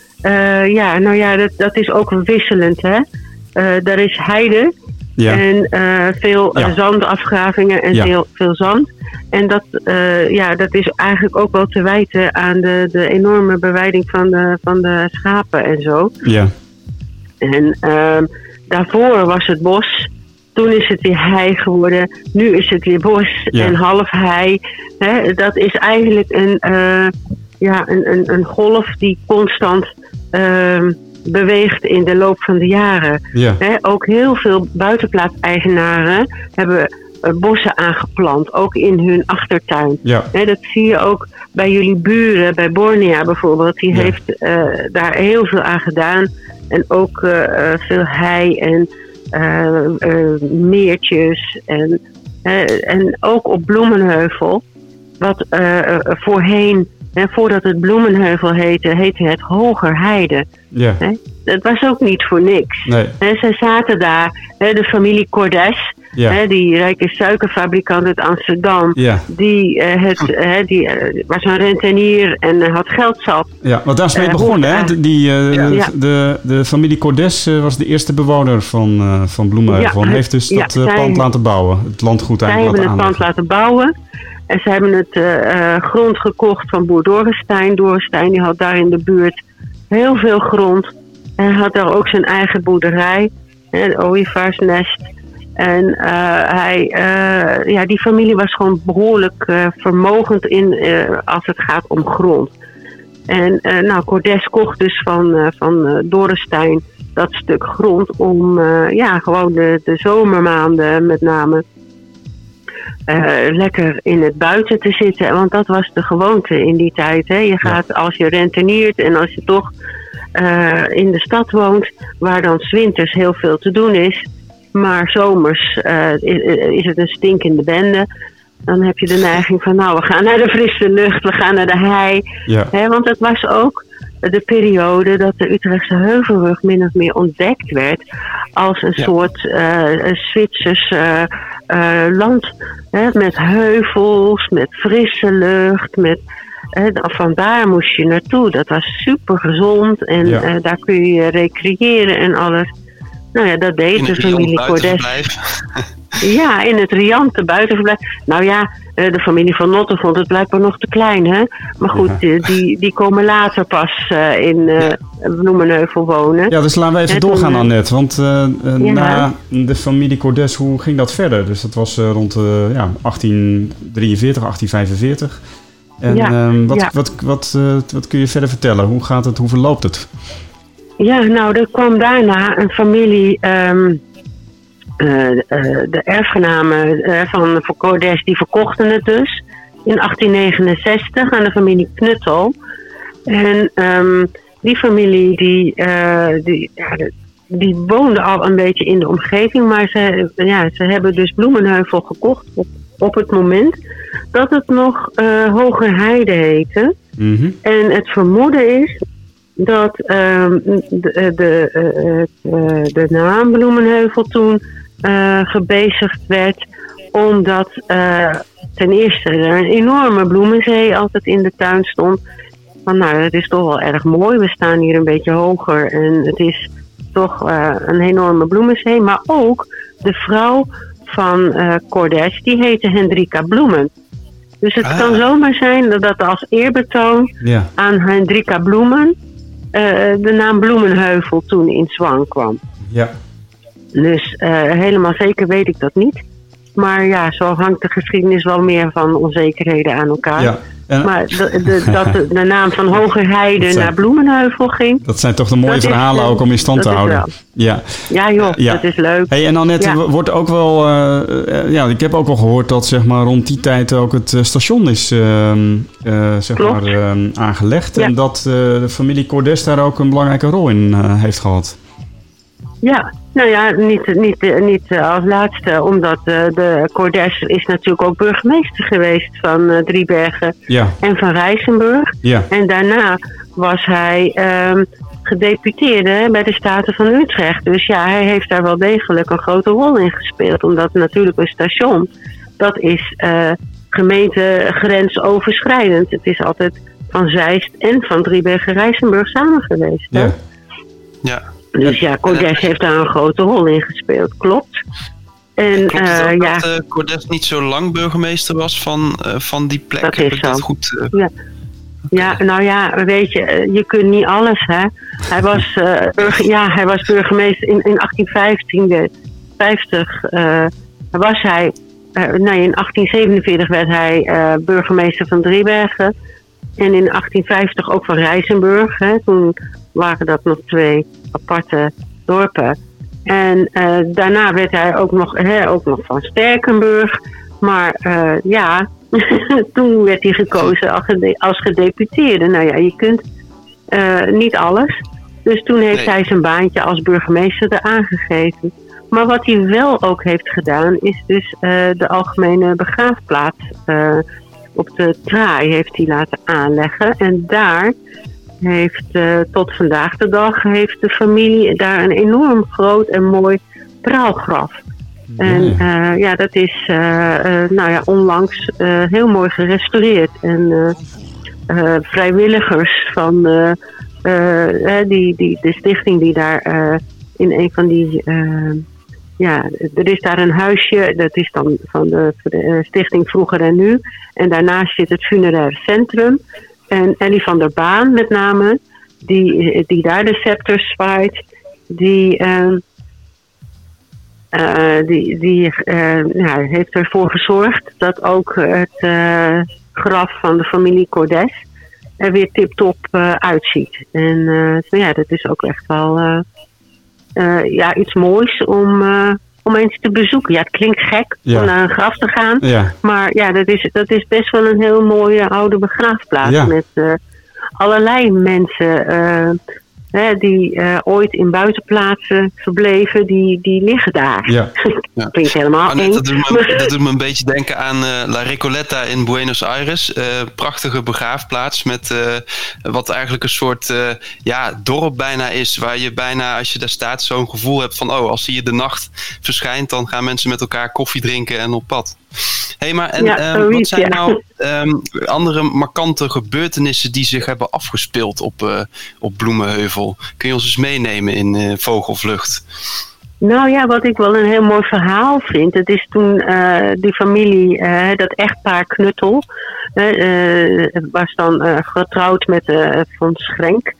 Dat is ook wisselend, hè. Er is heide en veel zandafgravingen en veel zand. En dat is eigenlijk ook wel te wijten aan de enorme beweiding van de schapen en zo. Ja. En daarvoor was het bos. Toen is het weer hei geworden. Nu is het weer bos en half hei. Hè, dat is eigenlijk een golf die constant beweegt in de loop van de jaren. Ja. Hè, ook heel veel buitenplaatseigenaren hebben bossen aangeplant. Ook in hun achtertuin. Ja. Hè, dat zie je ook bij jullie buren. Bij Bornea bijvoorbeeld. Die heeft daar heel veel aan gedaan. En ook veel hei en meertjes. En ook op Bloemenheuvel. Wat voorheen, voordat het Bloemenheuvel heette het Hogerheide. Ja. Dat was ook niet voor niks. Nee. Zij zaten daar, de familie Cordes. Ja. Die rijke suikerfabrikant uit Amsterdam. Ja. Die was een rentenier en had geld zat. Ja, want daar is mee begonnen, hè? De familie Cordes was de eerste bewoner van Bloemenheuvel. En heeft dus dat pand laten bouwen. Het landgoed eigenlijk laten aanleggen. Zij hebben het pand laten bouwen. En ze hebben het grond gekocht van boer Dorrestein. Dorrestein die had daar in de buurt heel veel grond. En had daar ook zijn eigen boerderij. Het ooievaarsnest. En die familie was gewoon behoorlijk vermogend als het gaat om grond. En Cordes kocht dus van Dorrestein dat stuk grond om gewoon de zomermaanden met name lekker in het buiten te zitten. Want dat was de gewoonte in die tijd. Hè. Je gaat als je renteniert en als je toch in de stad woont, waar dan 's winters heel veel te doen is. Maar zomers is het een stinkende bende. Dan heb je de neiging van, we gaan naar de frisse lucht, we gaan naar de hei. Ja. Want het was ook de periode dat de Utrechtse Heuvelrug min of meer ontdekt werd als een soort Zwitsers land met heuvels, met frisse lucht. Vandaar moest je naartoe. Dat was super gezond en daar kun je recreëren en alles. Nou ja, dat deed de familie Cordes. Ja, in het riante buitenverblijf. Nou ja, de familie van Notte vond het blijkbaar nog te klein, hè? Maar goed, die komen later pas in Bloemenheuvel wonen. Ja, dus laten we even doorgaan, Annette. Want na de familie Cordes, hoe ging dat verder? Dus dat was rond 1843, 1845. En wat kun je verder vertellen? Hoe gaat het? Hoe verloopt het? Ja, nou, er kwam daarna een familie... de erfgenamen van Cordes, die verkochten het dus in 1869 aan de familie Knuttel. En die familie die woonde al een beetje in de omgeving, maar ze hebben dus Bloemenheuvel gekocht op het moment dat het nog Hogerheide heette. Mm-hmm. En het vermoeden is dat de naam Bloemenheuvel toen gebezigd werd, omdat ten eerste er een enorme bloemenzee altijd in de tuin stond. Van nou, het is toch wel erg mooi, we staan hier een beetje hoger en het is toch een enorme bloemenzee. Maar ook de vrouw van Cordes, die heette Hendrika Bloemen. Dus het kan zomaar zijn dat als eerbetoon aan Hendrika Bloemen de naam Bloemenheuvel toen in zwang kwam. Ja. Dus helemaal zeker weet ik dat niet. Maar ja, zo hangt de geschiedenis wel meer van onzekerheden aan elkaar. Ja. Maar dat de naam van Hogerheide naar Bloemenheuvel ging... Dat zijn toch de mooie verhalen ook om in stand te houden. Ja joh, dat is leuk. Hey, en Annette, wordt ook wel... ik heb ook al gehoord dat zeg maar, rond die tijd ook het station is aangelegd. Ja. En dat de familie Cordes daar ook een belangrijke rol in heeft gehad. Ja, nou ja, niet als laatste, omdat de Cordes is natuurlijk ook burgemeester geweest van Driebergen en van Rijsenburg. Ja. En daarna was hij gedeputeerde bij de Staten van Utrecht. Dus ja, hij heeft daar wel degelijk een grote rol in gespeeld. Omdat natuurlijk een station, dat is gemeentegrensoverschrijdend. Het is altijd van Zeist en van Driebergen-Rijsenburg samen geweest. Hè? Ja. Ja. Dus ja, Cordes heeft daar een grote rol in gespeeld, klopt. En, klopt het ook dat Cordes niet zo lang burgemeester was van die plek? Dat is zo. Goed, Ja, nou ja, weet je, je kunt niet alles, hè. Hij was burgemeester in 1850 was hij... in 1847 werd hij burgemeester van Driebergen. En in 1850 ook van Rijsenburg. Hè. Toen waren dat nog 2 aparte dorpen. En daarna werd hij ook nog van Sterkenburg. Maar toen werd hij gekozen als gedeputeerde. Nou ja, je kunt niet alles. Dus toen heeft hij zijn baantje als burgemeester er aangegeven. Maar wat hij wel ook heeft gedaan, is dus de algemene begraafplaats op de Traai heeft hij laten aanleggen. En daar heeft tot vandaag de dag heeft de familie daar een enorm groot en mooi praalgraf. En dat is onlangs heel mooi gerestaureerd. En vrijwilligers van de stichting die daar in een van die... er is daar een huisje, dat is dan van de stichting Vroeger en Nu. En daarnaast zit het funerair centrum. En Ellie van der Baan met name, die daar de scepter zwaait, die heeft ervoor gezorgd dat ook het graf van de familie Cordes er weer tip-top uitziet. En dat is ook echt wel iets moois om eens te bezoeken. Ja, het klinkt gek om naar een graf te gaan. Ja. Maar ja, dat is best wel een heel mooie oude begraafplaats. Ja. Met allerlei mensen die ooit in buitenplaatsen verbleven, die liggen daar. Ja. Klinkt helemaal eng. Dat doet me een beetje denken aan La Recoleta in Buenos Aires. Prachtige begraafplaats met wat eigenlijk een soort dorp bijna is. Waar je bijna, als je daar staat, zo'n gevoel hebt van als hier de nacht verschijnt, dan gaan mensen met elkaar koffie drinken en op pad. Hey, maar wat zijn nou andere markante gebeurtenissen die zich hebben afgespeeld op Bloemenheuvel? Kun je ons eens meenemen in Vogelvlucht? Nou ja, wat ik wel een heel mooi verhaal vind. Het is toen die familie, dat echtpaar Knuttel, was dan getrouwd met Von Schrenk.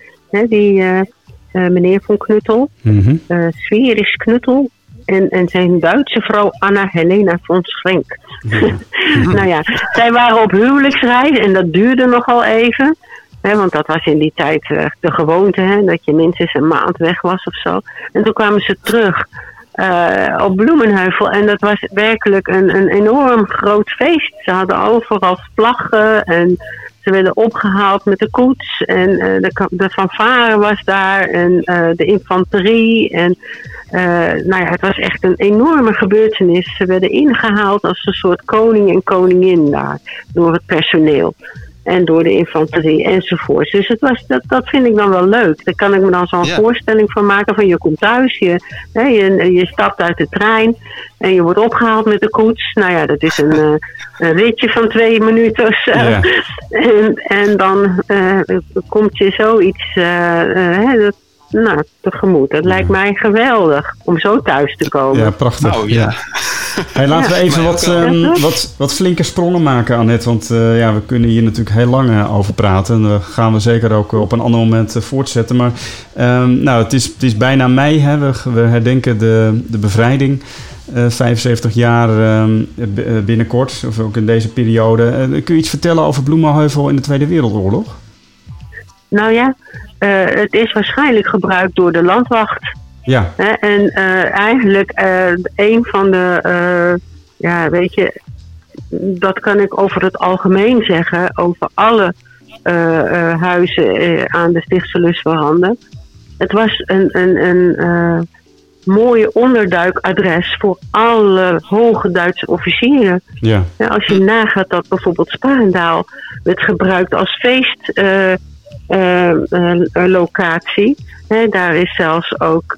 Meneer Von Knuttel. Mm-hmm. Sweris Knuttel. En zijn Duitse vrouw Anna-Helena von Schrenk. Ja. Nou ja, zij waren op huwelijksreis en dat duurde nogal even. Want dat was in die tijd de gewoonte, dat je minstens een maand weg was of zo. En toen kwamen ze terug op Bloemenheuvel en dat was werkelijk een enorm groot feest. Ze hadden overal vlaggen en ze werden opgehaald met de koets en de fanfare was daar en de infanterie. En het was echt een enorme gebeurtenis. Ze werden ingehaald als een soort koning en koningin daar door het personeel. En door de infanterie enzovoort. Dus dat vind ik dan wel leuk. Daar kan ik me dan zo'n voorstelling van maken. Van je komt thuis, je stapt uit de trein en je wordt opgehaald met de koets. Nou ja, dat is een ritje van 2 minuten of zo. Ja. En dan komt je zoiets tegemoet. Dat lijkt mij geweldig om zo thuis te komen. Ja, prachtig. Oh, ja. Hey, laten we even wat flinke sprongen maken, Annette. Want we kunnen hier natuurlijk heel lang over praten. En dat gaan we zeker ook op een ander moment voortzetten. Maar het is bijna mei. Hè. We herdenken de bevrijding. 75 jaar binnenkort. Of ook in deze periode. Kun je iets vertellen over Bloemenheuvel in de Tweede Wereldoorlog? Nou ja, het is waarschijnlijk gebruikt door de landwacht. Ja. En eigenlijk een van de, dat kan ik over het algemeen zeggen, over alle huizen aan de Stichtse Lustverhanden. Het was een mooie onderduikadres voor alle hoge Duitse officieren. Ja. Als je nagaat dat bijvoorbeeld Sparendaal werd gebruikt als feestlocatie. Daar is zelfs ook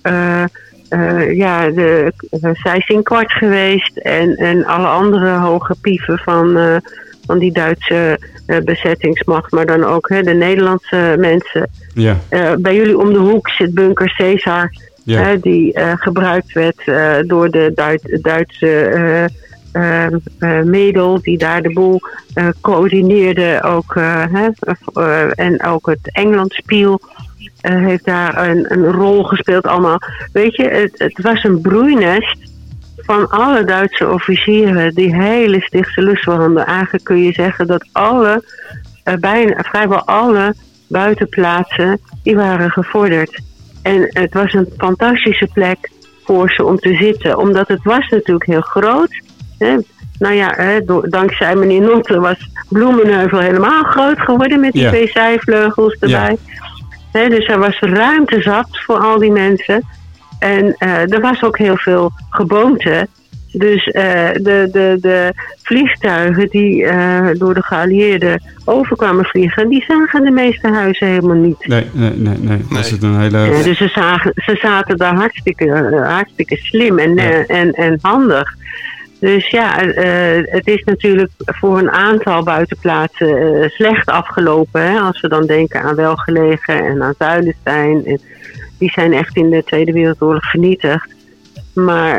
Seyss-Inquart geweest en alle andere hoge pieven van die Duitse bezettingsmacht, maar dan ook de Nederlandse mensen. Ja. Bij jullie om de hoek zit bunker Caesar, die gebruikt werd door de Duitse Medel, die daar de boel coördineerde ook, en ook het Engelandspiel heeft daar een rol gespeeld allemaal. Weet je, het was een broeinest van alle Duitse officieren, die hele Stichtse Lustverhanden. Eigenlijk kun je zeggen dat vrijwel alle buitenplaatsen, die waren gevorderd. En het was een fantastische plek voor ze om te zitten, omdat het was natuurlijk heel groot. Nou ja, dankzij meneer Notte was Bloemenheuvel helemaal groot geworden met die 2 zijvleugels erbij. Ja. Dus er was ruimte zat voor al die mensen. En er was ook heel veel geboomte. Dus de vliegtuigen die door de geallieerden overkwamen vliegen, die zagen de meeste huizen helemaal niet. Nee. Dat is een hele... Dus ze zaten daar hartstikke slim en handig. Dus ja, het is natuurlijk voor een aantal buitenplaatsen slecht afgelopen. Hè? Als we dan denken aan Welgelegen en aan Zuilenstein. En die zijn echt in de Tweede Wereldoorlog vernietigd. Maar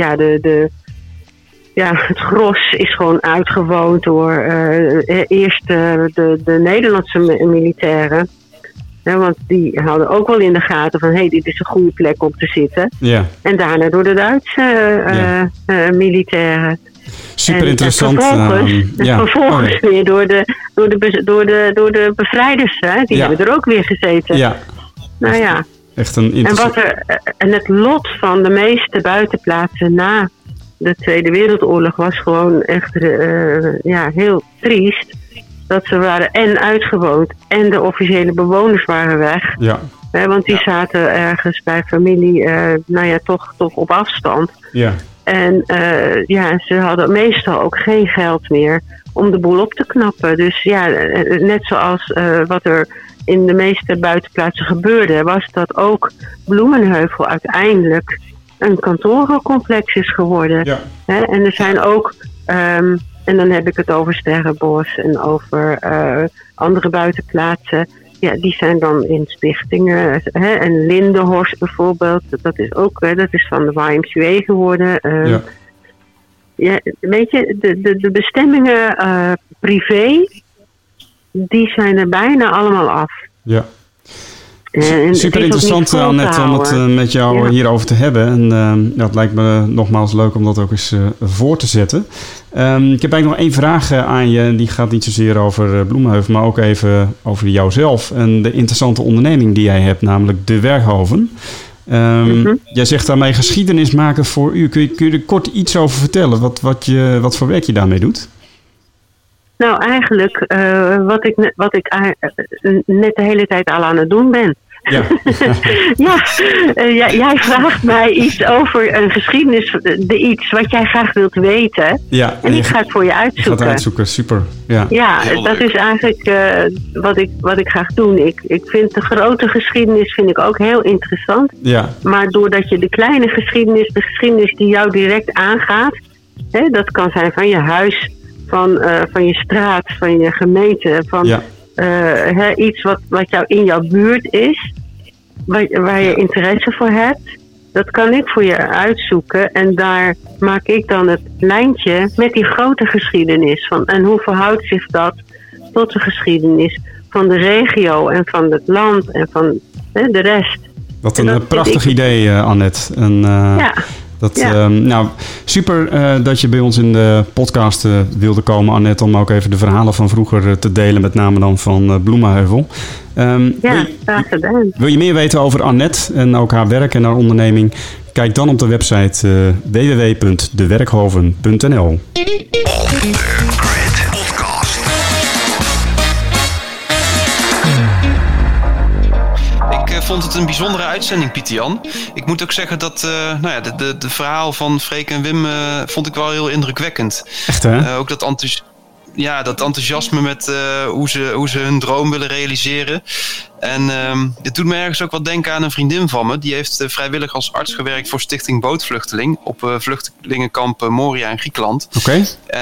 het gros is gewoon uitgewoond door eerst de Nederlandse militairen. Ja, want die hadden ook wel in de gaten van, dit is een goede plek om te zitten. Ja. En daarna door de Duitse militairen. Super interessant. Vervolgens weer door de bevrijders. Die hebben er ook weer gezeten. Ja. Nou ja. Echt een interessant... En het lot van de meeste buitenplaatsen na de Tweede Wereldoorlog was gewoon echt heel triest. Dat ze waren en uitgewoond en de officiële bewoners waren weg. Ja. Want die zaten ergens bij familie, toch op afstand. Ja. En ze hadden meestal ook geen geld meer om de boel op te knappen. Dus net zoals wat er in de meeste buitenplaatsen gebeurde, was dat ook Bloemenheuvel uiteindelijk een kantorencomplex is geworden. Ja. En er zijn ook, en dan heb ik het over Sterrenbos en over andere buitenplaatsen. Ja, die zijn dan in stichtingen. En Lindenhorst bijvoorbeeld, dat is ook dat is van de YMCA geworden. Ja, weet je, de bestemmingen privé, die zijn er bijna allemaal af. Ja. Super interessant, Annette, om het met jou hierover te hebben. En het lijkt me nogmaals leuk om dat ook eens voor te zetten. Ik heb eigenlijk nog 1 vraag aan je. Die gaat niet zozeer over Bloemenheuvel, maar ook even over jouzelf. En de interessante onderneming die jij hebt, namelijk De Werkhoven. Jij zegt daarmee geschiedenis maken voor u. Kun je er kort iets over vertellen? Wat voor werk je daarmee doet? Nou, eigenlijk wat ik net de hele tijd al aan het doen ben. Ja. Jij vraagt mij iets over een geschiedenis, iets wat jij graag wilt weten. Ja, en ik ga het voor je uitzoeken. Ik ga het uitzoeken, super. Ja, dat is eigenlijk wat ik graag doe. Ik vind de grote geschiedenis ook heel interessant. Ja. Maar doordat je de kleine geschiedenis, de geschiedenis die jou direct aangaat, dat kan zijn van je huis, van je straat, van je gemeente, van iets wat in jouw buurt is, waar je interesse voor hebt, dat kan ik voor je uitzoeken. En daar maak ik dan het lijntje met die grote geschiedenis. En hoe verhoudt zich dat tot de geschiedenis van de regio en van het land en van de rest. Wat een prachtig idee, Annette. Super dat je bij ons in de podcast wilde komen, Annette, om ook even de verhalen van vroeger te delen, met name dan van Bloemenheuvel. Graag gedaan. Wil je meer weten over Annette en ook haar werk en haar onderneming? Kijk dan op de website www.dewerkhoven.nl. Ik vond het een bijzondere uitzending, Pieter-Jan. Ik moet ook zeggen dat de verhaal van Freek en Wim vond ik wel heel indrukwekkend. Echt, hè? Ook dat enthousiasme met hoe ze hun droom willen realiseren. En dit doet me ergens ook wat denken aan een vriendin van me. Die heeft vrijwillig als arts gewerkt voor Stichting Bootvluchteling op vluchtelingenkamp Moria in Griekenland. Oké.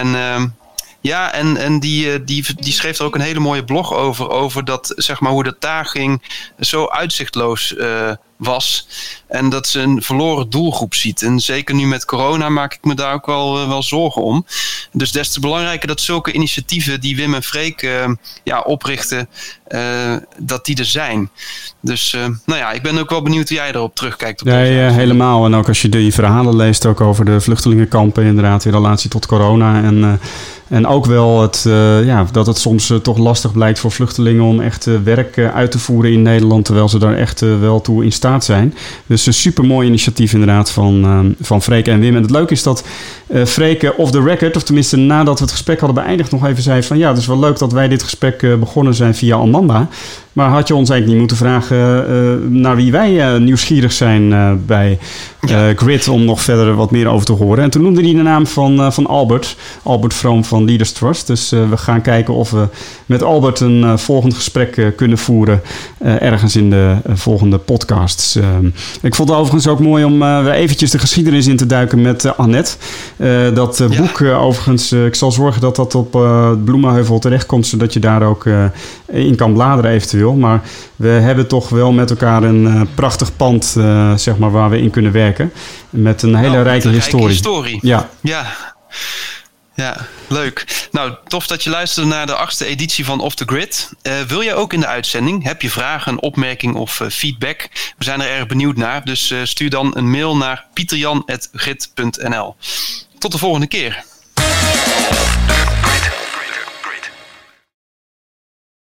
En die schreef er ook een hele mooie blog over dat, zeg maar, hoe dat daar ging, zo uitzichtloos was. En dat ze een verloren doelgroep ziet. En zeker nu met corona maak ik me daar ook wel zorgen om. Dus des te belangrijker dat zulke initiatieven die Wim en Freek oprichten, dat die er zijn. Dus ik ben ook wel benieuwd hoe jij erop terugkijkt. Helemaal. En ook als je die verhalen leest ook over de vluchtelingenkampen, inderdaad in relatie tot corona. En ook wel dat het soms toch lastig blijkt voor vluchtelingen om echt werk uit te voeren in Nederland, terwijl ze daar echt wel toe in staat zijn. Dus een supermooi initiatief inderdaad van Freek en Wim. En het leuke is dat Freek off the record, of tenminste nadat we het gesprek hadden beëindigd, nog even zei van het is wel leuk dat wij dit gesprek begonnen zijn via Amanda. Maar had je ons eigenlijk niet moeten vragen naar wie wij nieuwsgierig zijn bij Grit om nog verder wat meer over te horen. En toen noemde hij de naam van Albert Vroom van Leaders Trust. Dus we gaan kijken of we met Albert een volgend gesprek kunnen voeren ergens in de volgende podcasts. Ik vond het overigens ook mooi om eventjes de geschiedenis in te duiken met Annette. Dat boek overigens, ik zal zorgen dat dat op Bloemenheuvel terechtkomt, zodat je daar ook in kan bladeren eventueel. Maar we hebben toch wel met elkaar een prachtig pand, zeg maar, waar we in kunnen werken. Met een hele rijke historie. Ja, leuk. Nou, tof dat je luisterde naar de 8e editie van Off the Grid. Wil jij ook in de uitzending? Heb je vragen, een opmerking of feedback? We zijn er erg benieuwd naar. Dus stuur dan een mail naar pieterjan@grid.nl. Tot de volgende keer.